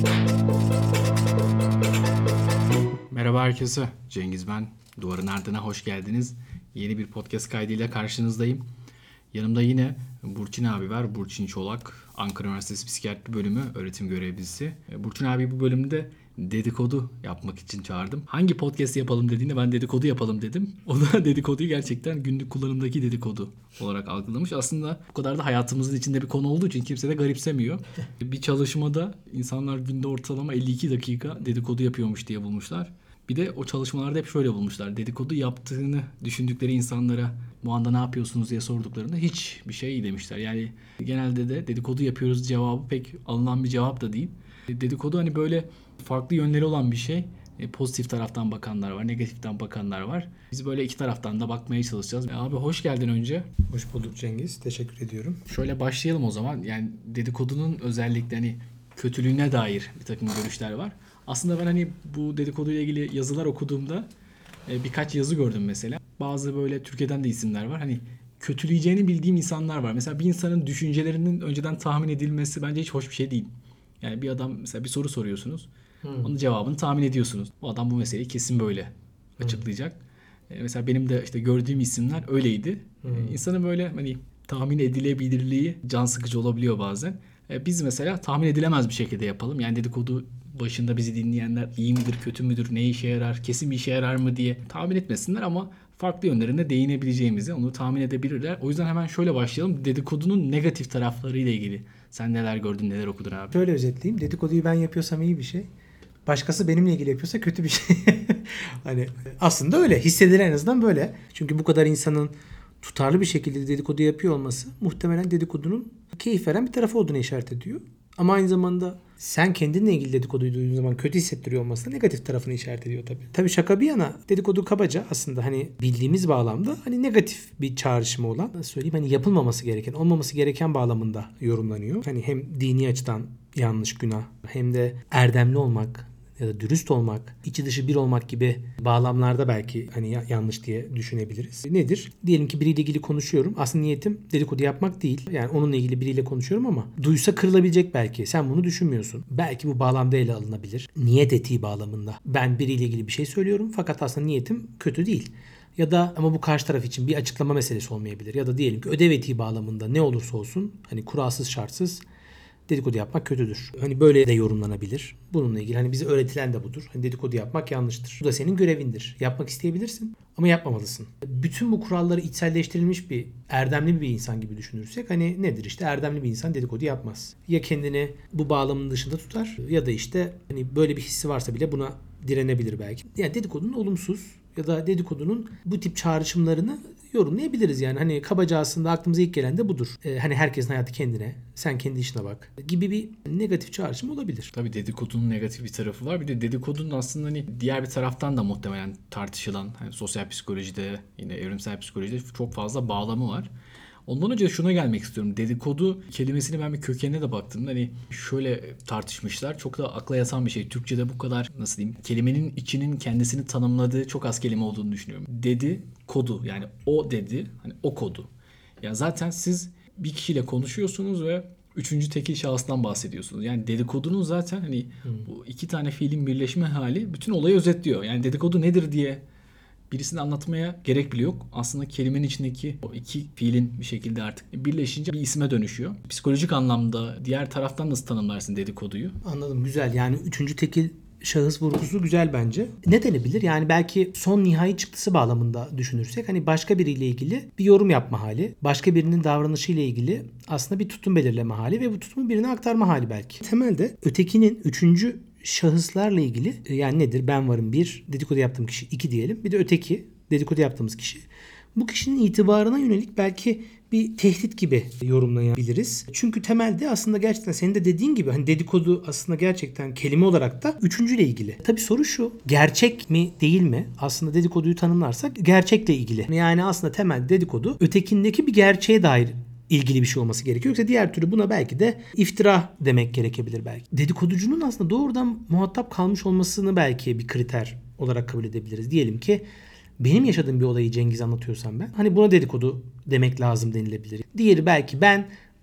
Merhaba herkese, Cengiz ben. Duvarın Ardına hoş geldiniz. Yeni bir podcast kaydıyla karşınızdayım. Yanımda yine Burçin abi var. Burçin Çolak, Ankara Üniversitesi Psikiyatri Bölümü öğretim görevlisi. Burçin abi bu bölümde dedikodu yapmak için çağırdım. Hangi podcast yapalım dediğinde ben dedikodu yapalım dedim. O da dedikoduyu gerçekten günlük kullanımdaki dedikodu olarak algılamış. Aslında bu kadar da hayatımızın içinde bir konu olduğu için kimse de garipsemiyor. Bir çalışmada insanlar günde ortalama 52 dakika dedikodu yapıyormuş diye bulmuşlar. Bir de o çalışmalarda hep şöyle bulmuşlar. Dedikodu yaptığını düşündükleri insanlara bu anda ne yapıyorsunuz diye sorduklarında hiçbir şey demişler. Yani genelde de dedikodu yapıyoruz cevabı pek alınan bir cevap da değil. Dedikodu hani böyle farklı yönleri olan bir şey. Pozitif taraftan bakanlar var, negatiften bakanlar var. Biz böyle iki taraftan da bakmaya çalışacağız. Abi hoş geldin önce. Hoş bulduk Cengiz. Teşekkür ediyorum. Şöyle başlayalım o zaman. Yani dedikodunun özellikle hani kötülüğüne dair bir takım görüşler var. Aslında ben hani bu dedikoduyla ilgili yazılar okuduğumda birkaç yazı gördüm mesela. Bazı böyle Türkiye'den de isimler var. Hani kötüleyeceğini bildiğim insanlar var. Mesela bir insanın düşüncelerinin önceden tahmin edilmesi bence hiç hoş bir şey değil. Yani bir adam mesela bir soru soruyorsunuz. Onun cevabını tahmin ediyorsunuz. Bu adam bu meseleyi kesin böyle açıklayacak. Mesela benim de işte gördüğüm isimler öyleydi. İnsanın böyle hani tahmin edilebilirliği can sıkıcı olabiliyor bazen. Biz mesela tahmin edilemez bir şekilde yapalım. Yani dedikodu başında bizi dinleyenler iyi midir, kötü müdür, ne işe yarar, kesin bir işe yarar mı diye tahmin etmesinler ama farklı yönlerine değinebileceğimizi onu tahmin edebilirler. O yüzden hemen şöyle başlayalım. Dedikodunun negatif taraflarıyla ilgili. Sen neler gördün, neler okudun abi? Şöyle özetleyeyim. Dedikoduyu ben yapıyorsam iyi bir şey. Başkası benimle ilgili yapıyorsa kötü bir şey. Hani aslında öyle. Hissedilen en azından böyle. Çünkü bu kadar insanın tutarlı bir şekilde dedikodu yapıyor olması muhtemelen dedikodunun keyif veren bir tarafı olduğunu işaret ediyor. Ama aynı zamanda sen kendinle ilgili dedikoduyu duyduğun zaman kötü hissettiriyor olması da negatif tarafını işaret ediyor tabii. Tabii şaka bir yana dedikodu kabaca aslında hani bildiğimiz bağlamda hani negatif bir çağrışımı olan, nasıl söyleyeyim, hani yapılmaması gereken, olmaması gereken bağlamında yorumlanıyor. Hani hem dini açıdan yanlış, günah, hem de erdemli olmak ya da dürüst olmak, içi dışı bir olmak gibi bağlamlarda belki hani yanlış diye düşünebiliriz. Nedir? Diyelim ki biriyle ilgili konuşuyorum. Aslında niyetim dedikodu yapmak değil. Yani onunla ilgili biriyle konuşuyorum ama duysa kırılabilecek belki. Sen bunu düşünmüyorsun. Belki bu bağlamda ele alınabilir. Niyet etiği bağlamında. Ben biriyle ilgili bir şey söylüyorum fakat aslında niyetim kötü değil. Ya da ama bu karşı taraf için bir açıklama meselesi olmayabilir. Ya da diyelim ki ödev etiği bağlamında ne olursa olsun hani kuralsız şartsız dedikodu yapmak kötüdür. Hani böyle de yorumlanabilir. Bununla ilgili hani bize öğretilen de budur. Hani dedikodu yapmak yanlıştır. Bu da senin görevindir. Yapmak isteyebilirsin ama yapmamalısın. Bütün bu kuralları içselleştirilmiş bir erdemli bir insan gibi düşünürsek hani nedir işte erdemli bir insan dedikodu yapmaz. Ya kendini bu bağlamın dışında tutar ya da işte hani böyle bir hissi varsa bile buna direnebilir belki. Yani dedikodunun olumsuz ya da dedikodunun bu tip çağrışımlarını yorumlayabiliriz yani. Hani kabaca aslında aklımıza ilk gelen de budur. Hani herkesin hayatı kendine, sen kendi işine bak gibi bir negatif çağrışım olabilir. Tabii dedikodunun negatif bir tarafı var. Bir de dedikodunun aslında hani diğer bir taraftan da muhtemelen tartışılan hani sosyal psikolojide, yine evrimsel psikolojide çok fazla bağlamı var. Ondan önce şuna gelmek istiyorum. Dedikodu kelimesini ben bir kökenine de baktım. Hani şöyle tartışmışlar. Çok da akla yatan bir şey. Türkçe'de bu kadar nasıl diyeyim? Kelimenin içinin kendisini tanımladığı çok az kelime olduğunu düşünüyorum. Dedi, kodu. Yani o dedi, hani o kodu. Ya zaten siz bir kişiyle konuşuyorsunuz ve üçüncü tekil şahıstan bahsediyorsunuz. Yani dedikodunun zaten hani bu iki tane fiilin birleşme hali bütün olayı özetliyor. Yani dedikodu nedir diye birisini anlatmaya gerek bile yok. Aslında kelimenin içindeki o iki fiilin bir şekilde artık birleşince bir isme dönüşüyor. Psikolojik anlamda diğer taraftan nasıl tanımlarsın dedikoduyu? Anladım, güzel. Yani üçüncü tekil şahıs vurgusu güzel bence. Ne denebilir? Yani belki son nihai çıktısı bağlamında düşünürsek hani başka biriyle ilgili bir yorum yapma hali, başka birinin davranışıyla ilgili aslında bir tutum belirleme hali ve bu tutumu birine aktarma hali belki. Temelde ötekinin üçüncü şahıslarla ilgili yani nedir? Ben varım bir, dedikodu yaptığım kişi iki diyelim. Bir de öteki dedikodu yaptığımız kişi. Bu kişinin itibarına yönelik belki bir tehdit gibi yorumlayabiliriz. Çünkü temelde aslında gerçekten senin de dediğin gibi hani dedikodu aslında gerçekten kelime olarak da üçüncüyle ilgili. Tabii soru şu, gerçek mi değil mi? Aslında dedikoduyu tanımlarsak gerçekle ilgili. Yani aslında temel dedikodu ötekindeki bir gerçeğe dair ilgili bir şey olması gerekiyor. Yoksa diğer türlü buna belki de iftira demek gerekebilir belki. Dedikoducunun aslında doğrudan muhatap kalmış olmasını belki bir kriter olarak kabul edebiliriz. Diyelim ki benim yaşadığım bir olayı Cengiz anlatıyorsam ben, hani buna dedikodu demek lazım denilebilir. Diğeri belki ben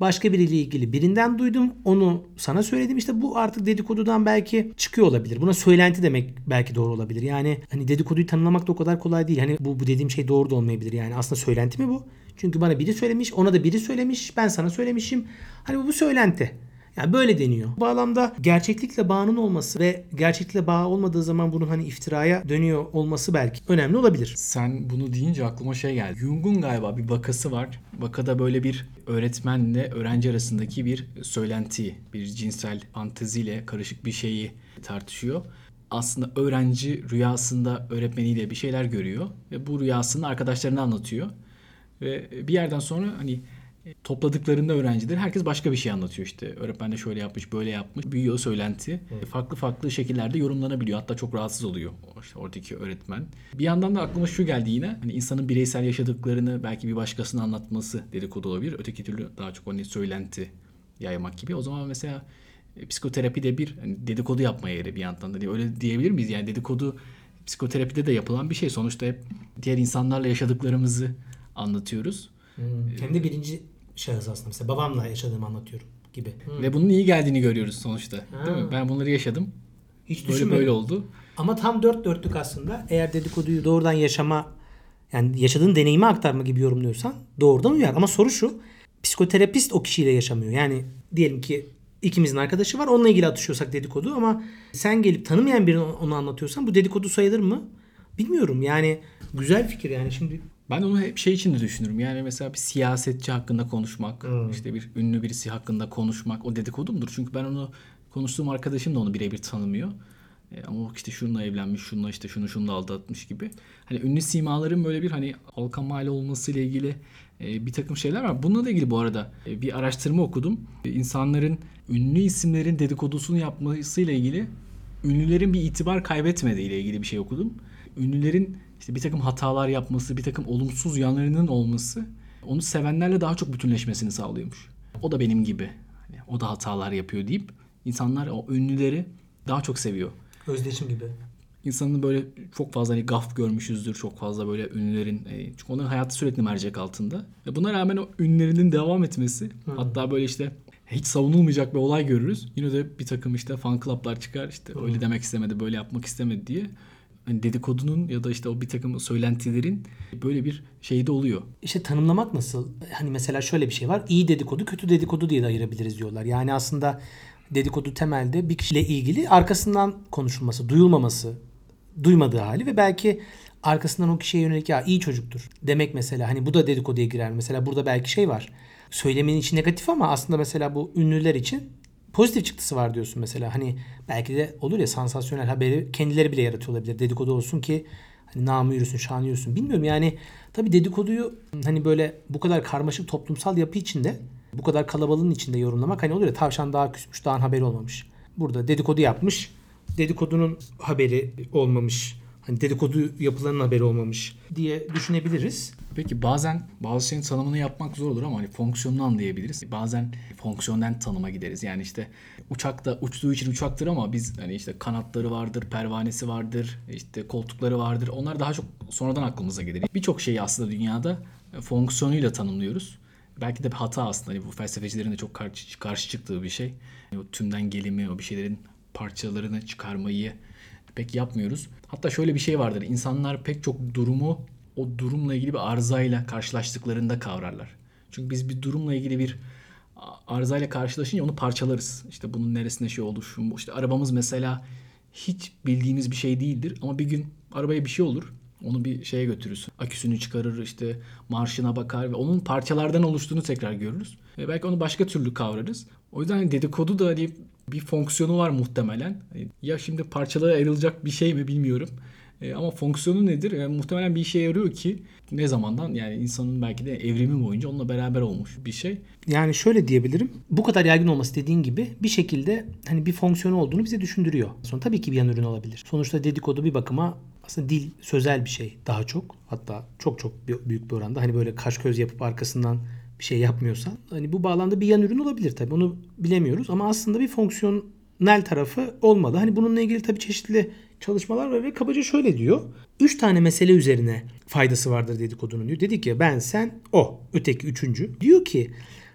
Başka biriyle ilgili birinden duydum. Onu sana söyledim. İşte bu artık dedikodudan belki çıkıyor olabilir. Buna söylenti demek belki doğru olabilir. Yani hani dedikoduyu tanımlamak da o kadar kolay değil. Hani bu dediğim şey doğru da olmayabilir. Yani aslında söylenti mi bu? Çünkü bana biri söylemiş, ona da biri söylemiş, ben sana söylemişim. Hani bu söylenti. Yani böyle deniyor. Bu bağlamda gerçeklikle bağının olması ve gerçeklikle bağ olmadığı zaman bunun hani iftiraya dönüyor olması belki önemli olabilir. Sen bunu deyince aklıma şey geldi. Jung'un galiba bir vakası var. Vakada böyle bir öğretmenle öğrenci arasındaki bir söylenti, bir cinsel fanteziyle karışık bir şeyi tartışıyor. Aslında öğrenci rüyasında öğretmeniyle bir şeyler görüyor ve bu rüyasını arkadaşlarına anlatıyor. Ve bir yerden sonra hani topladıklarında öğrenciler herkes başka bir şey anlatıyor işte. Öğretmen de şöyle yapmış, böyle yapmış. Büyüyor söylenti. Farklı farklı şekillerde yorumlanabiliyor. Hatta çok rahatsız oluyor işte oradaki öğretmen. Bir yandan da aklıma şu geldi yine. Hani insanın bireysel yaşadıklarını belki bir başkasına anlatması dedikodu olabilir. Öteki türlü daha çok hani söylenti yaymak gibi. O zaman mesela psikoterapi de bir hani dedikodu yapma yeri bir yandan da. Öyle diyebilir miyiz? Yani dedikodu psikoterapide de yapılan bir şey. Sonuçta hep diğer insanlarla yaşadıklarımızı anlatıyoruz. Hem de birinci şahıs aslında. Mesela babamla yaşadığımı anlatıyorum gibi. Ve bunun iyi geldiğini görüyoruz sonuçta. Değil mi? Ben bunları yaşadım. Hiç Böyle düşünmedim. böyle oldu. Ama tam dört dörtlük aslında. Eğer dedikoduyu doğrudan yaşama, yani yaşadığın deneyimi aktarma gibi yorumluyorsan doğrudan uyar. Ama soru şu. Psikoterapist o kişiyle yaşamıyor. Yani diyelim ki ikimizin arkadaşı var. Onunla ilgili atışıyorsak dedikodu ama sen gelip tanımayan birine onu anlatıyorsan bu dedikodu sayılır mı? Bilmiyorum. Yani güzel fikir yani şimdi. Ben onu hep şey için de düşünürüm. Yani mesela bir siyasetçi hakkında konuşmak, işte bir ünlü birisi hakkında konuşmak o dedikodu mudur? Çünkü ben onu konuştuğum arkadaşım da onu birebir tanımıyor. Ama o işte şununla evlenmiş, şununla işte şunu aldatmış gibi. Hani ünlü simaların böyle bir hani halka mal olmasıyla ilgili bir takım şeyler var. Bununla da ilgili bu arada bir araştırma okudum. İnsanların ünlü isimlerin dedikodusunu yapmasıyla ilgili ünlülerin bir itibar kaybetmediği ile ilgili bir şey okudum. Ünlülerin işte bir takım hatalar yapması, bir takım olumsuz yanlarının olması onu sevenlerle daha çok bütünleşmesini sağlıyormuş. O da benim gibi. Hani o da hatalar yapıyor deyip insanlar o ünlüleri daha çok seviyor. Özdeşim gibi. İnsanın böyle çok fazla hani gaf görmüşüzdür. Çok fazla böyle ünlülerin. Çünkü onların hayatı sürekli mercek altında. Ve buna rağmen o ünlülerinin devam etmesi. Hatta böyle işte hiç savunulmayacak bir olay görürüz. Yine de bir takım işte fan club'lar çıkar. İşte öyle demek istemedi, böyle yapmak istemedi diye. Hani dedikodunun ya da işte o bir takım söylentilerin böyle bir şeyi de oluyor. İşte tanımlamak nasıl? Hani mesela şöyle bir şey var. İyi dedikodu, kötü dedikodu diye de ayırabiliriz diyorlar. Yani aslında dedikodu temelde bir kişiyle ilgili arkasından konuşulması, duyulmaması, duymadığı hali ve belki arkasından o kişiye yönelik ya iyi çocuktur demek mesela. Hani bu da dedikoduya girer. Mesela burada belki şey var. Söylemenin içi negatif ama aslında mesela bu ünlüler için pozitif çıktısı var diyorsun mesela. Hani belki de olur ya sansasyonel haberi kendileri bile yaratıyor olabilir. Dedikodu olsun ki hani namı yürüsün, şanı yürüsün. Bilmiyorum yani tabii dedikoduyu hani böyle bu kadar karmaşık toplumsal yapı içinde bu kadar kalabalığın içinde yorumlamak hani oluyor ya tavşan daha küsmüş, daha haberi olmamış. Burada dedikodu yapmış. Dedikodunun haberi olmamış. Hani dedikodu yapılanın haberi olmamış diye düşünebiliriz. Peki bazen bazı şeyin tanımını yapmak zor olur ama hani fonksiyonunu anlayabiliriz. Bazen fonksiyonel tanıma gideriz. Yani işte uçakta uçtuğu için uçaktır ama biz hani işte kanatları vardır, pervanesi vardır, işte koltukları vardır. Onlar daha çok sonradan aklımıza gelir. Birçok şeyi aslında dünyada fonksiyonuyla tanımlıyoruz. Belki de bir hata aslında. Hani bu felsefecilerin de çok karşı çıktığı bir şey. Yani o tümden gelimi, o bir şeylerin parçalarını çıkarmayı pek yapmıyoruz. Hatta şöyle bir şey vardır. İnsanlar pek çok durumu o durumla ilgili bir arızayla karşılaştıklarında kavrarlar. Çünkü biz bir durumla ilgili bir arızayla karşılaşınca onu parçalarız. İşte bunun neresinde şey oldu, şu işte arabamız mesela hiç bildiğimiz bir şey değildir ama bir gün arabaya bir şey olur. Onu bir şeye götürürüz. Aküsünü çıkarır, işte marşına bakar ve onun parçalardan oluştuğunu tekrar görürüz. Ve belki onu başka türlü kavrarız. O yüzden hani dedikodu da hani bir fonksiyonu var muhtemelen. Ya şimdi parçalara ayrılacak bir şey mi bilmiyorum. Ama fonksiyonu nedir? Yani muhtemelen bir işe yarıyor ki ne zamandan yani insanın belki de evrimi boyunca onunla beraber olmuş bir şey. Yani şöyle diyebilirim. Bu kadar yaygın olması dediğin gibi bir şekilde hani bir fonksiyonu olduğunu bize düşündürüyor. Sonra tabii ki bir yan ürün olabilir. Sonuçta dedikodu bir bakıma aslında dil sözel bir şey daha çok. Hatta çok büyük bir oranda hani böyle kaş göz yapıp arkasından bir şey yapmıyorsan hani bu bağlamda bir yan ürün olabilir tabii. Onu bilemiyoruz ama aslında bir fonksiyonel tarafı olmalı. Hani bununla ilgili tabii çeşitli çalışmalar var ve kabaca şöyle diyor. 3 tane mesele üzerine faydası vardır dedikodunun diyor. Dedik ya ben, sen, o. Öteki üçüncü. Diyor ki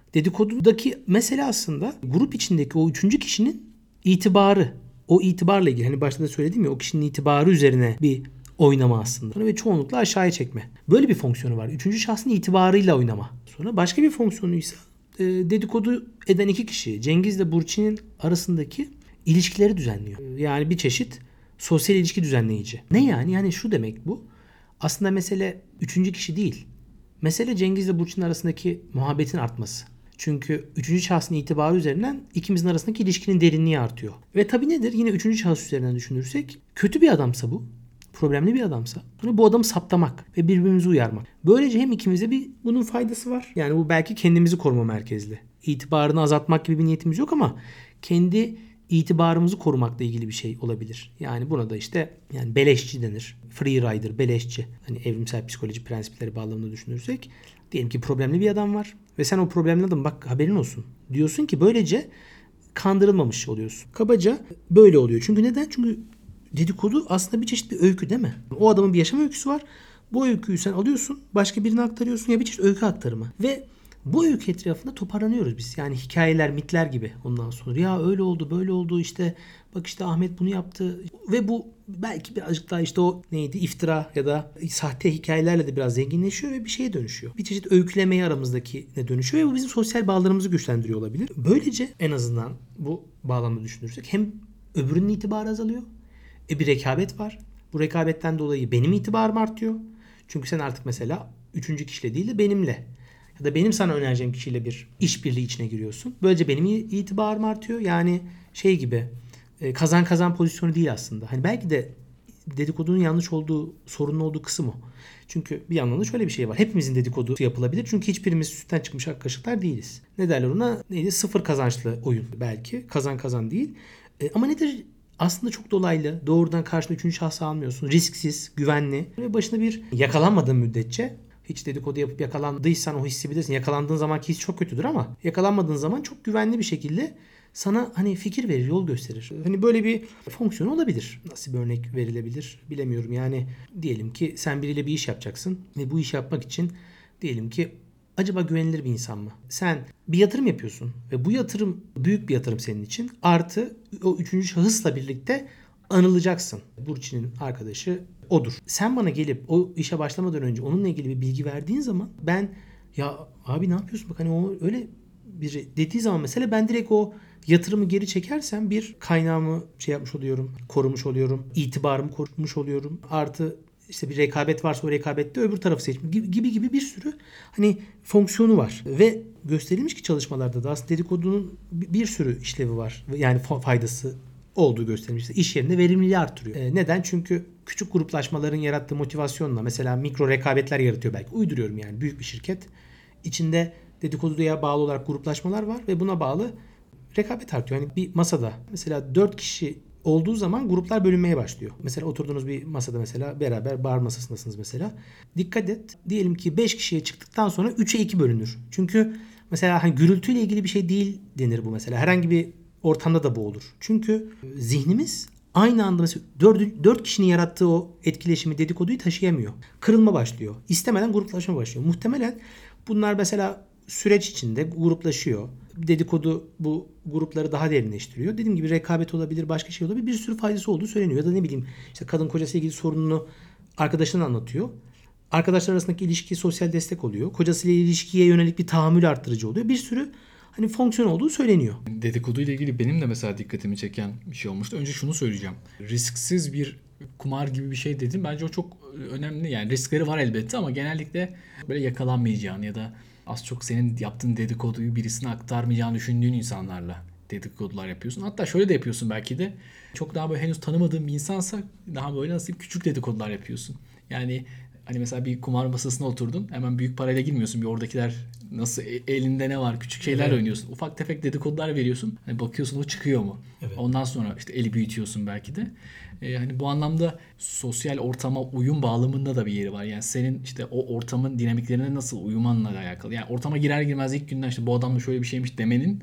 Dedikodudaki mesele aslında grup içindeki o üçüncü kişinin itibarı. O itibarla ilgili. Hani başta da söyledim ya, o kişinin itibarı üzerine bir oynama aslında. Ve çoğunlukla aşağıya çekme. Böyle bir fonksiyonu var. Üçüncü şahsın itibarıyla oynama. Sonra başka bir fonksiyonu ise dedikodu eden iki kişi Cengiz ile Burçin'in arasındaki ilişkileri düzenliyor. Yani bir çeşit sosyal ilişki düzenleyici. Ne yani? Yani şu demek bu. Aslında mesele üçüncü kişi değil. Mesele Cengiz ile Burçin arasındaki muhabbetin artması. Çünkü üçüncü şahsın itibarı üzerinden ikimizin arasındaki ilişkinin derinliği artıyor. Ve tabii nedir? Yine üçüncü şahıs üzerinden düşünürsek, kötü bir adamsa bu, problemli bir adamsa, bunu bu adamı saptamak ve birbirimizi uyarmak. Böylece hem ikimize bunun faydası var. Yani bu belki kendimizi koruma merkezli. İtibarını azaltmak gibi bir niyetimiz yok ama kendi itibarımızı korumakla ilgili bir şey olabilir. Yani buna da işte yani beleşçi denir. Free rider, beleşçi. Hani evrimsel psikoloji prensipleri bağlamında düşünürsek, diyelim ki problemli bir adam var ve sen o problemli adam bak haberin olsun diyorsun ki böylece kandırılmamış oluyorsun. Kabaca böyle oluyor. Çünkü neden? Çünkü dedikodu aslında bir çeşit bir öykü değil mi? O adamın bir yaşam öyküsü var. Bu öyküyü sen alıyorsun, başka birine aktarıyorsun, ya bir çeşit öykü aktarımı. Ve bu öykü etrafında toparlanıyoruz biz. Yani hikayeler, mitler gibi ondan sonra. Ya öyle oldu, böyle oldu, işte bak işte Ahmet bunu yaptı. Ve bu belki birazcık daha işte o neydi, iftira ya da sahte hikayelerle de biraz zenginleşiyor ve bir şeye dönüşüyor. Bir çeşit öykülemeye aramızdaki ne dönüşüyor ve bu bizim sosyal bağlarımızı güçlendiriyor olabilir. Böylece en azından bu bağlamda düşünürsek hem öbürünün itibarı azalıyor. Bir rekabet var. Bu rekabetten dolayı benim itibarım artıyor. Çünkü sen artık mesela üçüncü kişiyle değil de benimle ya da benim sana önereceğim kişiyle bir işbirliği içine giriyorsun. Böylece benim itibarım artıyor. Yani şey gibi kazan kazan pozisyonu değil aslında. Hani belki de dedikodunun yanlış olduğu, sorunlu olduğu kısım o. Çünkü bir yandan da şöyle bir şey var. Hepimizin dedikodu yapılabilir. Çünkü hiçbirimiz sütten çıkmış ak kaşıklar değiliz. Ne derler ona? Neydi? Sıfır kazançlı oyun belki. Kazan kazan değil. Ama nedir? Aslında çok dolaylı. Doğrudan karşına üçüncü şahsı almıyorsun. Risksiz, güvenli. Ve başına bir yakalanmadığın müddetçe, hiç dedikodu yapıp yakalandıysan o hissi bilirsin. Yakalandığın zamanki his çok kötüdür ama yakalanmadığın zaman çok güvenli bir şekilde sana hani fikir verir, yol gösterir. Hani böyle bir fonksiyon olabilir. Nasıl bir örnek verilebilir bilemiyorum. Yani diyelim ki sen biriyle bir iş yapacaksın ve bu işi yapmak için diyelim ki acaba güvenilir bir insan mı? Sen bir yatırım yapıyorsun ve bu yatırım büyük bir yatırım senin için. Artı o üçüncü şahısla birlikte anılacaksın. Burçin'in arkadaşı odur. Sen bana gelip o işe başlamadan önce onunla ilgili bir bilgi verdiğin zaman ben ya abi ne yapıyorsun? Bak hani o öyle biri dediği zaman mesela ben direkt o yatırımı geri çekersem bir kaynağımı şey yapmış oluyorum, korumuş oluyorum, itibarımı korumuş oluyorum. Artı işte bir rekabet varsa o rekabette öbür tarafı seçmek gibi bir sürü hani fonksiyonu var. Ve gösterilmiş ki çalışmalarda da aslında dedikodunun bir sürü işlevi var. Yani faydası olduğu gösterilmiş. İş yerinde verimliliği artırıyor. Neden? Çünkü küçük gruplaşmaların yarattığı motivasyonla mesela mikro rekabetler yaratıyor belki. Uyduruyorum yani büyük bir şirket. İçinde dedikoduya bağlı olarak gruplaşmalar var ve buna bağlı rekabet artıyor. Yani bir masada mesela 4 kişi olduğu zaman gruplar bölünmeye başlıyor. Mesela oturduğunuz bir masada mesela beraber bar masasındasınız mesela. Dikkat et. Diyelim ki 5 kişiye çıktıktan sonra 3'e 2 bölünür. Çünkü mesela hani gürültüyle ilgili bir şey değil denir bu mesela. Herhangi bir ortamda da bu olur. Çünkü zihnimiz aynı anda mesela 4 kişinin yarattığı o etkileşimi, dedikoduyu taşıyamıyor. Kırılma başlıyor. İstemeden gruplaşma başlıyor. Muhtemelen bunlar mesela süreç içinde gruplaşıyor. Dedikodu bu grupları daha derinleştiriyor. Dediğim gibi rekabet olabilir, başka şey olabilir. Bir sürü faydası olduğu söyleniyor. Ya da ne bileyim işte kadın kocasıyla ilgili sorununu arkadaşına anlatıyor. Arkadaşlar arasındaki ilişki sosyal destek oluyor. Kocasıyla ilişkiye yönelik bir tahammül arttırıcı oluyor. Bir sürü hani fonksiyon olduğu söyleniyor. Dedikodu ile ilgili benim de mesela dikkatimi çeken bir şey olmuştu. Önce şunu söyleyeceğim. Risksiz bir kumar gibi bir şey dedim. Bence o çok önemli. Yani riskleri var elbette ama genellikle böyle yakalanmayacağın ya da az çok senin yaptığın dedikoduyu birisine aktarmayacağını düşündüğün insanlarla dedikodular yapıyorsun. Hatta şöyle de yapıyorsun belki de. Çok daha böyle henüz tanımadığın bir insansa daha böyle nasıl küçük dedikodular yapıyorsun. Yani hani mesela bir kumar masasına oturdun. Hemen büyük parayla girmiyorsun. Bir oradakiler nasıl elinde ne var küçük şeyler oynuyorsun. Ufak tefek dedikodular veriyorsun. Hani bakıyorsun o çıkıyor mu? Evet. Ondan sonra işte eli büyütüyorsun belki de. Hani bu anlamda sosyal ortama uyum bağlamında da bir yeri var. Yani senin işte o ortamın dinamiklerine nasıl uyumanla alakalı. Yani ortama girer girmez ilk günden işte bu adam da şöyle bir şeymiş demenin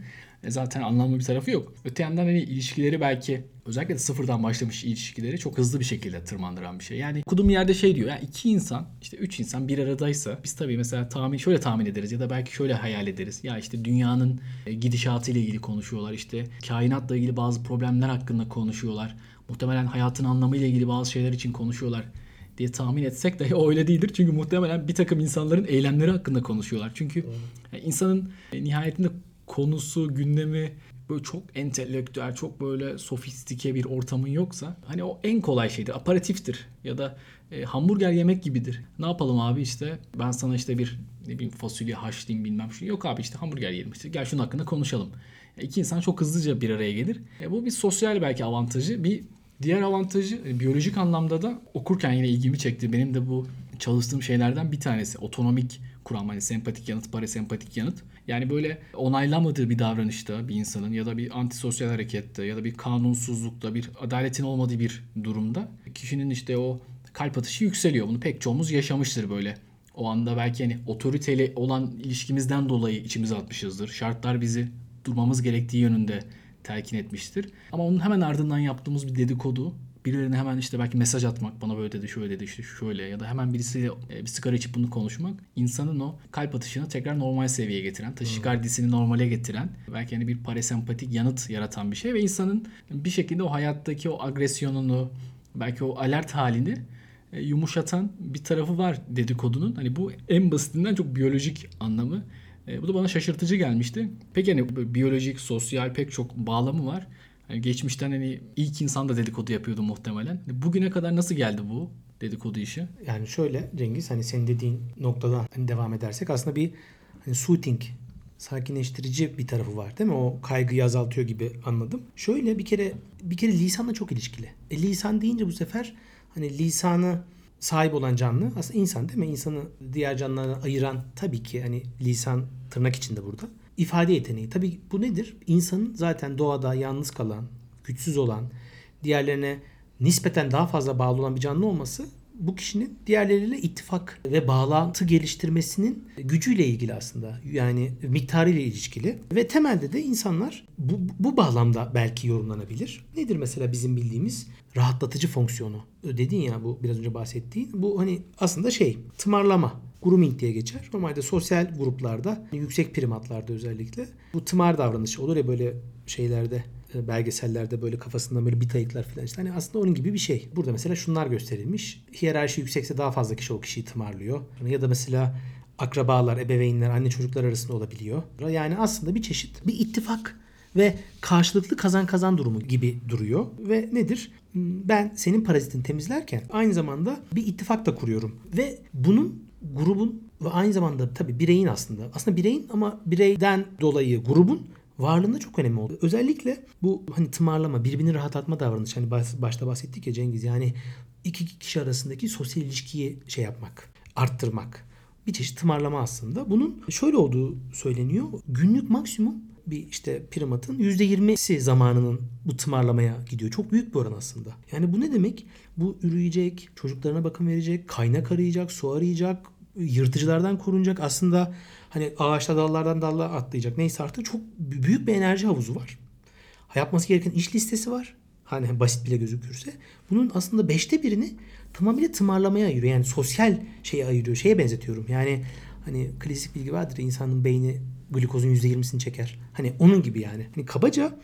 zaten anlamlı bir tarafı yok. Öte yandan hani ilişkileri belki özellikle de sıfırdan başlamış ilişkileri çok hızlı bir şekilde tırmandıran bir şey. Yani okuduğum yerde şey diyor. Yani 2 insan, işte 3 insan bir aradaysa biz tabii mesela şöyle tahmin ederiz ya da belki şöyle hayal ederiz. Ya işte dünyanın gidişatı ile ilgili konuşuyorlar. İşte kainatla ilgili bazı problemler hakkında konuşuyorlar. Muhtemelen hayatın anlamı ile ilgili bazı şeyler için konuşuyorlar diye tahmin etsek de o öyle değildir. Çünkü muhtemelen bir takım insanların eylemleri hakkında konuşuyorlar. Çünkü insanın nihayetinde konusu, gündemi böyle çok entelektüel, çok böyle sofistike bir ortamın yoksa hani o en kolay şeydir. Aparatiftir ya da hamburger yemek gibidir. Ne yapalım abi işte ben sana işte bir ne bileyim fasulye haşlayayım bilmem şu. Yok abi işte hamburger yiyelim işte gel şunun hakkında konuşalım. İki insan çok hızlıca bir araya gelir. Bu bir sosyal belki avantajı. Bir diğer avantajı biyolojik anlamda da okurken yine ilgimi çekti. Benim de bu çalıştığım şeylerden bir tanesi. Otonomik kuram, hani sempatik yanıt, parasempatik yanıt. Yani böyle onaylamadığı bir davranışta bir insanın ya da bir antisosyal harekette ya da bir kanunsuzlukta, bir adaletin olmadığı bir durumda kişinin işte o kalp atışı yükseliyor. Bunu pek çoğumuz yaşamıştır böyle. O anda belki hani otoriteyle olan ilişkimizden dolayı içimize atmışızdır. Şartlar bizi durmamız gerektiği yönünde telkin etmiştir. Ama onun hemen ardından yaptığımız bir dedikodu, birilerine hemen işte belki mesaj atmak, bana böyle dedi, şöyle dedi, işte şöyle ya da hemen birisiyle bir sigara içip bunu konuşmak insanın o kalp atışını tekrar normal seviyeye getiren, taşikardisini normale getiren, belki hani bir parasempatik yanıt yaratan bir şey ve insanın bir şekilde o hayattaki o agresyonunu, belki o alert halini yumuşatan bir tarafı var dedikodunun. Hani bu en basitinden çok biyolojik anlamı. Bu da bana şaşırtıcı gelmişti. Peki hani biyolojik, sosyal pek çok bağlamı var. Yani geçmişten hani ilk insan da dedikodu yapıyordu muhtemelen. Bugüne kadar nasıl geldi bu dedikodu işi? Yani şöyle Cengiz, hani senin dediğin noktadan hani devam edersek aslında bir hani soothing, sakinleştirici bir tarafı var değil mi? O kaygıyı azaltıyor gibi anladım. Şöyle bir kere lisanla çok ilişkili. Lisan deyince bu sefer hani lisanı sahip olan canlı aslında insan değil mi? İnsanı diğer canlılardan ayıran tabii ki hani lisan tırnak içinde burada. İfade yeteneği. Tabii bu nedir? İnsanın zaten doğada yalnız kalan, güçsüz olan, diğerlerine nispeten daha fazla bağlı olan bir canlı olması bu kişinin diğerleriyle ittifak ve bağlantı geliştirmesinin gücüyle ilgili aslında. Yani miktarıyla ilişkili. Ve temelde de insanlar bu bağlamda belki yorumlanabilir. Nedir mesela bizim bildiğimiz rahatlatıcı fonksiyonu? Dedin ya bu biraz önce bahsettiğin. Bu hani aslında tımarlama. Grooming diye geçer. Normalde sosyal gruplarda, yüksek primatlarda özellikle bu tımar davranışı olur ya böyle şeylerde, belgesellerde böyle kafasında böyle bit ayıklar falan işte. Hani aslında onun gibi bir şey. Burada mesela şunlar gösterilmiş. Hiyerarşi yüksekse daha fazla kişi o kişiyi tımarlıyor. Ya da mesela akrabalar, ebeveynler, anne çocuklar arasında olabiliyor. Yani aslında bir çeşit bir ittifak ve karşılıklı kazan kazan durumu gibi duruyor. Ve nedir? Ben senin parazitini temizlerken aynı zamanda bir ittifak da kuruyorum. Ve bunun grubun ve aynı zamanda tabii bireyin aslında bireyin ama bireyden dolayı grubun varlığında çok önemli oldu. Özellikle bu hani tımarlama, birbirini rahatlatma davranışı. Hani başta bahsettik ya Cengiz, yani iki kişi arasındaki sosyal ilişkiyi yapmak, arttırmak. Bir çeşit tımarlama aslında. Bunun şöyle olduğu söyleniyor. Günlük maksimum bir işte primatın %20'si zamanının bu tımarlamaya gidiyor. Çok büyük bir oran aslında. Yani bu ne demek? Bu üreyecek, çocuklarına bakım verecek, kaynak arayacak, su arayacak, yırtıcılardan korunacak. Aslında hani ağaçta dallardan dalla atlayacak. Neyse artık çok büyük bir enerji havuzu var. Yapması gereken iş listesi var. Hani basit bile gözükürse. Bunun aslında 1/5'ini tamamıyla tımarlamaya ayırıyor. Yani sosyal şeye ayırıyor. Şeye benzetiyorum. Yani hani klasik bilgi vardır ya, insanın beyni glukozun %20'sini çeker. Hani onun gibi yani. Hani kabaca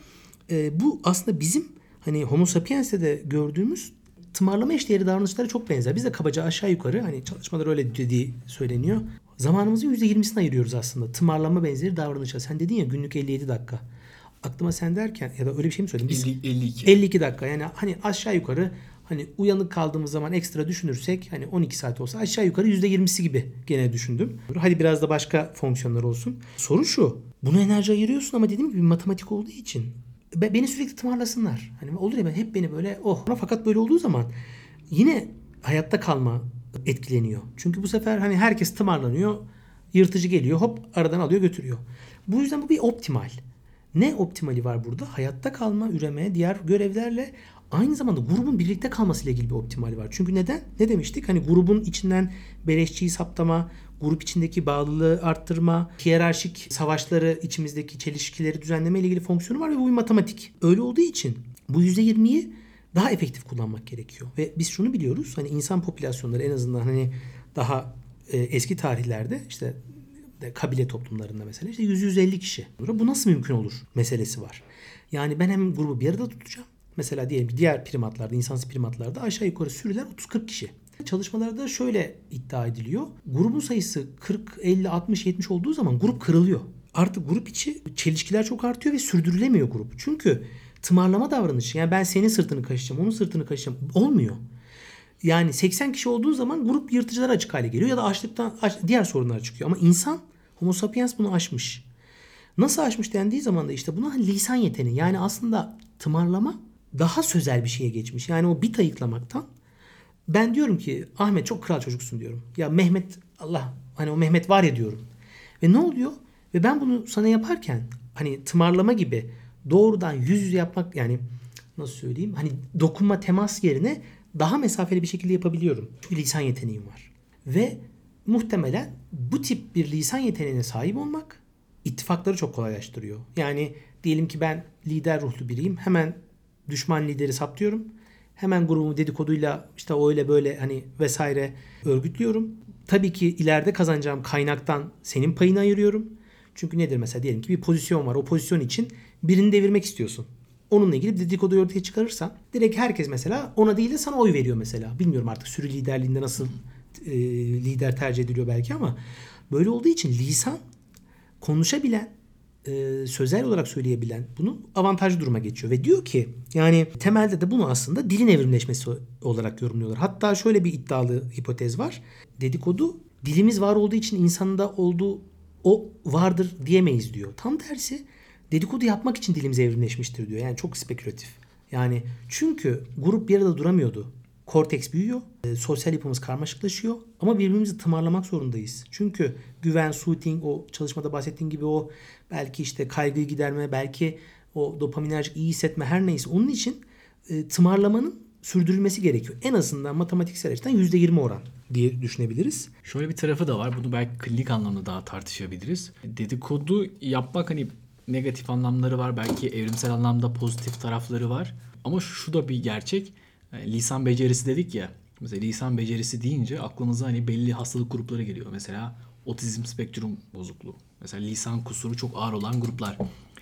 bu aslında bizim hani Homo sapiens'te de gördüğümüz tımarlama eşdeğeri davranışlara çok benzer. Biz de kabaca aşağı yukarı hani çalışmalar öyle dediği söyleniyor. Zamanımızın %20'sini ayırıyoruz aslında. Tımarlama benzeri davranışa. Sen dedin ya günlük 57 dakika. Aklıma sen derken ya da öyle bir şey mi söyledin? 52 dakika. Yani hani aşağı yukarı hani uyanık kaldığımız zaman ekstra düşünürsek hani 12 saat olsa aşağı yukarı %20'si gibi gene düşündüm. Hadi biraz da başka fonksiyonlar olsun. Soru şu. Buna enerji ayırıyorsun ama dediğim gibi matematik olduğu için beni sürekli tımarlasınlar. Hani olur ya, ben hep beni böyle fakat böyle olduğu zaman yine hayatta kalma etkileniyor. Çünkü bu sefer hani herkes tımarlanıyor. Yırtıcı geliyor, hop aradan alıyor götürüyor. Bu yüzden bu bir optimal. Ne optimali var burada? Hayatta kalma, üreme, diğer görevlerle aynı zamanda grubun birlikte kalmasıyla ilgili bir optimal var. Çünkü neden? Ne demiştik? Hani grubun içinden beleşçiyi saptama, grup içindeki bağlılığı arttırma, hiyerarşik savaşları, içimizdeki çelişkileri düzenleme ile ilgili fonksiyonu var ve bu bir matematik. Öyle olduğu için bu %20'yi daha efektif kullanmak gerekiyor. Ve biz şunu biliyoruz. Hani insan popülasyonları en azından hani daha eski tarihlerde işte kabile toplumlarında mesela işte 100-150 kişi. Bu nasıl mümkün olur meselesi var. Yani ben hem grubu bir arada tutacağım. Mesela diyelim ki diğer primatlarda, insansız primatlarda aşağı yukarı sürüler 30-40 kişi. Çalışmalarda şöyle iddia ediliyor. Grubun sayısı 40, 50, 60, 70 olduğu zaman grup kırılıyor. Artık grup içi çelişkiler çok artıyor ve sürdürülemiyor grup. Çünkü tımarlama davranışı, yani ben senin sırtını kaşıyacağım, onun sırtını kaşıyacağım olmuyor. Yani 80 kişi olduğu zaman grup yırtıcılara açık hale geliyor ya da açlıktan diğer sorunlar çıkıyor. Ama insan, Homo sapiens bunu aşmış. Nasıl aşmış dendiği zaman da işte buna lisan yeteneği, yani aslında tımarlama daha sözel bir şeye geçmiş. Yani o bit ayıklamaktan ben diyorum ki Ahmet çok kral çocuksun diyorum. Ya Mehmet, Allah hani o Mehmet var ya diyorum. Ve ne oluyor? Ve ben bunu sana yaparken hani tımarlama gibi doğrudan yüz yüze yapmak, yani nasıl söyleyeyim, hani dokunma, temas yerine daha mesafeli bir şekilde yapabiliyorum. Çünkü lisan yeteneğim var. Ve muhtemelen bu tip bir lisan yeteneğine sahip olmak ittifakları çok kolaylaştırıyor. Yani diyelim ki ben lider ruhlu biriyim. Hemen düşman lideri saptıyorum. Hemen grubumu dedikoduyla işte öyle böyle hani vesaire örgütlüyorum. Tabii ki ileride kazanacağım kaynaktan senin payını ayırıyorum. Çünkü nedir mesela, diyelim ki bir pozisyon var. O pozisyon için birini devirmek istiyorsun. Onunla ilgili bir dedikoduyu ortaya çıkarırsan direkt herkes mesela ona değil de sana oy veriyor mesela. Bilmiyorum artık sürü liderliğinde nasıl lider tercih ediliyor belki, ama böyle olduğu için lisan, konuşabilen, sözel olarak söyleyebilen bunu avantajlı duruma geçiyor. Ve diyor ki yani temelde de bunu aslında dilin evrimleşmesi olarak yorumluyorlar. Hatta şöyle bir iddialı hipotez var. Dedikodu dilimiz var olduğu için insanda olduğu o vardır diyemeyiz diyor. Tam tersi, dedikodu yapmak için dilimiz evrimleşmiştir diyor. Yani çok spekülatif. Yani çünkü grup bir arada duramıyordu. Korteks büyüyor. Sosyal yapımız karmaşıklaşıyor. Ama birbirimizi tımarlamak zorundayız. Çünkü güven, soothing, o çalışmada bahsettiğim gibi o belki işte kaygıyı giderme, belki o dopaminerjik iyi hissetme, her neyse. Onun için tımarlamanın sürdürülmesi gerekiyor. En azından matematiksel açıdan %20 oran diye düşünebiliriz. Şöyle bir tarafı da var. Bunu belki klinik anlamda daha tartışabiliriz. Dedikodu yapmak hani negatif anlamları var. Belki evrimsel anlamda pozitif tarafları var. Ama şu da bir gerçek. Lisan becerisi dedik ya. Mesela lisan becerisi deyince aklımıza hani belli hastalık grupları geliyor. Mesela otizm spektrum bozukluğu. Mesela lisan kusuru çok ağır olan gruplar.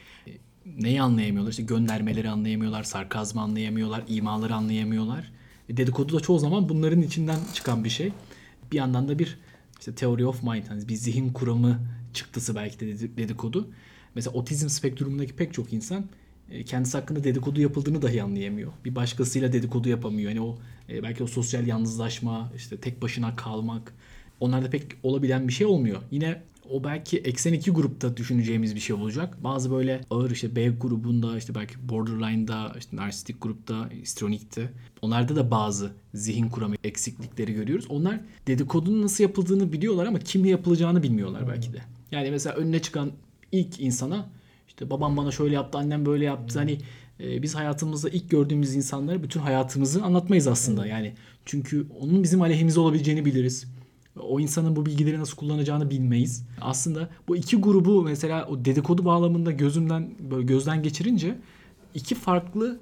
Neyi anlayamıyorlar? İşte göndermeleri anlayamıyorlar, sarkazmı anlayamıyorlar, imaları anlayamıyorlar. Dedikodu da çoğu zaman bunların içinden çıkan bir şey. Bir yandan da bir işte theory of mind, hani bir zihin kuramı çıktısı belki de dedikodu. Mesela otizm spektrumundaki pek çok insan kendisi hakkında dedikodu yapıldığını dahi anlayamıyor. Bir başkasıyla dedikodu yapamıyor. Yani o belki o sosyal yalnızlaşma, işte tek başına kalmak, onlarda pek olabilen bir şey olmuyor. Yine o belki eksen 2 grupta düşüneceğimiz bir şey olacak. Bazı böyle ağır işte B grubunda, işte belki borderline'da, işte narsistik grupta, histrionikte. Onlarda da bazı zihin kuramı eksiklikleri görüyoruz. Onlar dedikodunun nasıl yapıldığını biliyorlar ama kimle yapılacağını bilmiyorlar belki de. Yani mesela önüne çıkan ilk insana işte babam bana şöyle yaptı, annem böyle yaptı. Hani biz hayatımızda ilk gördüğümüz insanlara bütün hayatımızı anlatmayız aslında. Yani çünkü onun bizim aleyhimize olabileceğini biliriz. O insanın bu bilgileri nasıl kullanacağını bilmeyiz. Aslında bu iki grubu mesela o dedikodu bağlamında gözden geçirince iki farklı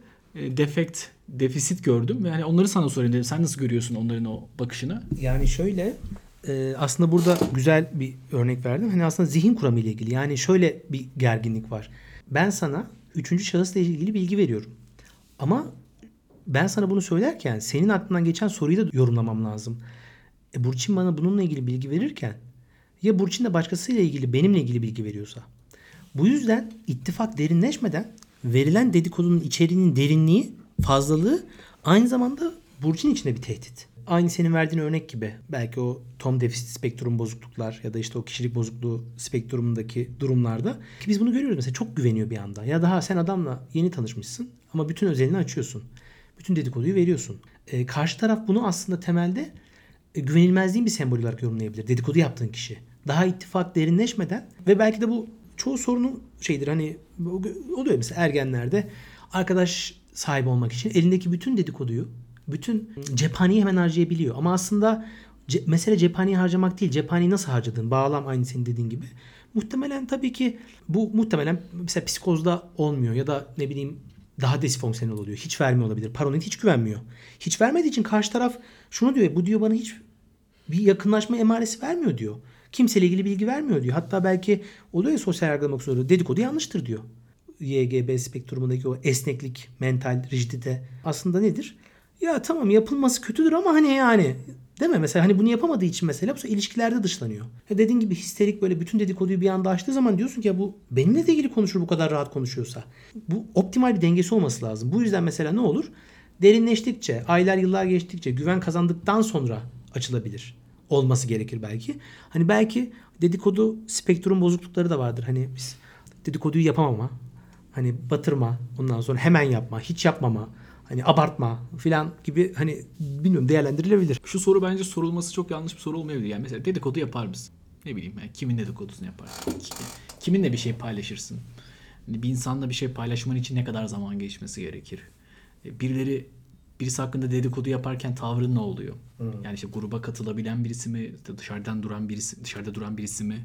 defisit gördüm. Ve yani onları sana sorayım. Sen nasıl görüyorsun onların o bakışını? Yani şöyle, aslında burada güzel bir örnek verdim. Hani aslında zihin kuramı ile ilgili. Yani şöyle bir gerginlik var. Ben sana üçüncü şahısla ilgili bilgi veriyorum. Ama ben sana bunu söylerken senin aklından geçen soruyu da yorumlamam lazım. Burçin bana bununla ilgili bilgi verirken ya Burçin de başkasıyla ilgili benimle ilgili bilgi veriyorsa. Bu yüzden ittifak derinleşmeden verilen dedikodunun içeriğinin derinliği, fazlalığı aynı zamanda Burçin için de bir tehdit. Aynı senin verdiğin örnek gibi. Belki o Tom defisit spektrum bozukluklar ya da işte o kişilik bozukluğu spektrumundaki durumlarda ki biz bunu görüyoruz. Mesela çok güveniyor bir anda. Ya daha sen adamla yeni tanışmışsın ama bütün özelini açıyorsun. Bütün dedikoduyu veriyorsun. Karşı taraf bunu aslında temelde güvenilmezliğin bir sembolü olarak yorumlayabilir. Dedikodu yaptığın kişi. Daha ittifak derinleşmeden ve belki de bu çoğu sorunun şeydir, hani oluyor mesela ergenlerde arkadaş sahibi olmak için elindeki bütün dedikoduyu, bütün cephaneyi hemen harcayabiliyor. Ama aslında Mesele cephaneyi harcamak değil. Cephaneyi nasıl harcadığın. Bağlam aynı senin dediğin gibi. Muhtemelen tabii ki bu muhtemelen mesela psikozda olmuyor ya da ne bileyim daha disfonksiyonel oluyor. Hiç vermiyor olabilir. Paranoid hiç güvenmiyor. Hiç vermediği için karşı taraf şunu diyor. Bu diyor bana hiç bir yakınlaşma emaresi vermiyor diyor. Kimseyle ilgili bilgi vermiyor diyor. Hatta belki oluyor ya sosyal yargılamak soruyor. Dedikodu yanlıştır diyor. YGB spektrumundaki o esneklik, mental rigidite aslında nedir? Ya tamam yapılması kötüdür ama hani yani değil mi? Mesela hani bunu yapamadığı için mesela bu ilişkilerde dışlanıyor. Dediğin gibi histerik böyle bütün dedikoduyu bir anda açtığı zaman diyorsun ki ya bu benimle de ilgili konuşur bu kadar rahat konuşuyorsa. Bu optimal bir dengesi olması lazım. Bu yüzden mesela ne olur? Derinleştikçe, aylar yıllar geçtikçe, güven kazandıktan sonra açılabilir. Olması gerekir belki. Hani belki dedikodu spektrum bozuklukları da vardır. Hani biz dedikoduyu yapamama, hani batırma, ondan sonra hemen yapma, hiç yapmama, hani abartma filan gibi hani bilmiyorum değerlendirilebilir. Şu soru bence sorulması çok yanlış bir soru olmayabilir. Yani mesela dedikodu yapar mısın? Ne bileyim yani kimin dedikodusunu yaparsın? Kiminle bir şey paylaşırsın? Yani bir insanla bir şey paylaşman için ne kadar zaman geçmesi gerekir? Birisi hakkında dedikodu yaparken tavrın ne oluyor? Yani işte gruba katılabilen birisi mi, dışarıda duran birisi mi?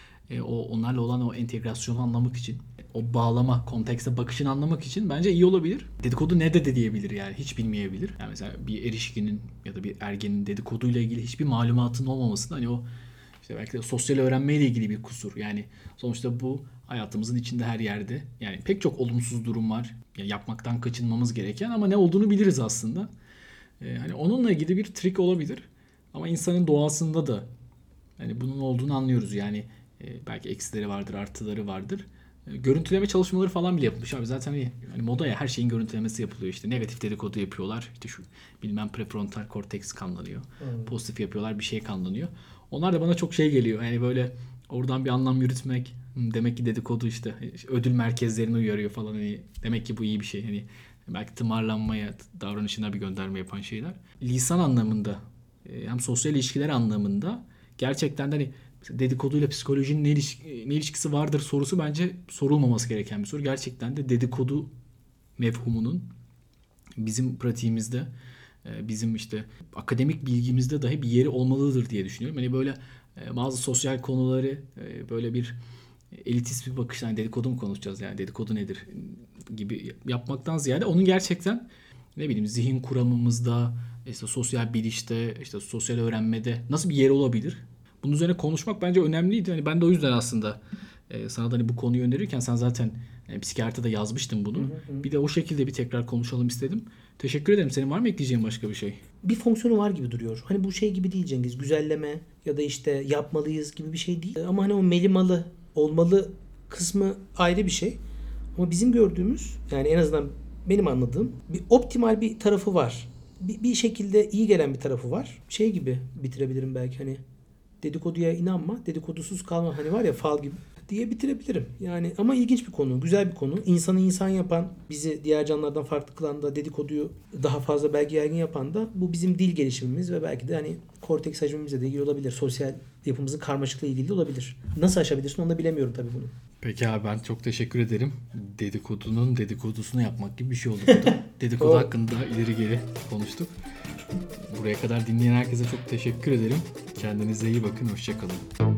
Onlarla olan o entegrasyonu anlamak için, o bağlama, kontekste bakışını anlamak için bence iyi olabilir. Dedikodu ne de diyebilir yani hiç bilmeyebilir. Yani mesela bir erişkinin ya da bir ergenin dedikoduyla ilgili hiçbir malumatın olmaması hani o işte belki de sosyal öğrenmeyle ilgili bir kusur. Yani sonuçta bu hayatımızın içinde her yerde. Yani pek çok olumsuz durum var. Yani yapmaktan kaçınmamız gereken ama ne olduğunu biliriz aslında. Hani onunla ilgili bir trik olabilir. Ama insanın doğasında da hani bunun olduğunu anlıyoruz. Yani belki eksileri vardır, artıları vardır. Görüntüleme çalışmaları falan bile yapılmış abi. Zaten hani moda ya her şeyin görüntülemesi yapılıyor işte. Negatif dedikodu yapıyorlar. İşte şu bilmem prefrontal korteks kanlanıyor. Pozitif yapıyorlar bir şey kanlanıyor. Onlar da bana çok şey geliyor. Yani böyle oradan bir anlam yürütmek. Demek ki dedikodu işte ödül merkezlerini uyarıyor falan. Hani demek ki bu iyi bir şey. Hani belki tımarlanmaya, davranışına bir gönderme yapan şeyler. Lisan anlamında hem sosyal ilişkiler anlamında gerçekten de hani dedikoduyla psikolojinin ne ilişkisi vardır sorusu bence sorulmaması gereken bir soru. Gerçekten de dedikodu mefhumunun bizim pratiğimizde, bizim işte akademik bilgimizde dahi bir yeri olmalıdır diye düşünüyorum. Hani böyle bazı sosyal konuları böyle bir elitist bir bakışla yani dedikodu mu konuşacağız yani dedikodu nedir gibi yapmaktan ziyade onun gerçekten ne bileyim zihin kuramımızda, işte sosyal bilişte, işte sosyal öğrenmede nasıl bir yeri olabilir? Bunun üzerine konuşmak bence önemliydi. Hani ben de o yüzden aslında sana da hani bu konuyu önerirken sen zaten psikiyatrda yazmıştın bunu. Bir de o şekilde bir tekrar konuşalım istedim. Teşekkür ederim. Senin var mı ekleyeceğin başka bir şey? Bir fonksiyonu var gibi duruyor. Hani bu şey gibi değil Cengiz. Güzelleme ya da işte yapmalıyız gibi bir şey değil. Ama hani o melimalı, olmalı kısmı ayrı bir şey. Ama bizim gördüğümüz yani en azından benim anladığım bir optimal bir tarafı var. Bir şekilde iyi gelen bir tarafı var. Şey gibi bitirebilirim belki hani dedikoduya inanma, dedikodusuz kalma hani var ya fal gibi diye bitirebilirim. Yani ama ilginç bir konu, güzel bir konu. İnsanı insan yapan, bizi diğer canlılardan farklı kılan da dedikoduyu daha fazla belki yaygın yapan da bu bizim dil gelişimimiz ve belki de hani korteks hacmimizle de ilgili olabilir. Sosyal yapımızın karmaşıklığı ilgili de olabilir. Nasıl aşabilirsin onu da bilemiyorum tabii bunu. Peki abi ben çok teşekkür ederim. Dedikodunun dedikodusunu yapmak gibi bir şey oldu burada. Dedikodu hakkında ileri geri konuştuk. Buraya kadar dinleyen herkese çok teşekkür ederim. Kendinize iyi bakın. Hoşça kalın.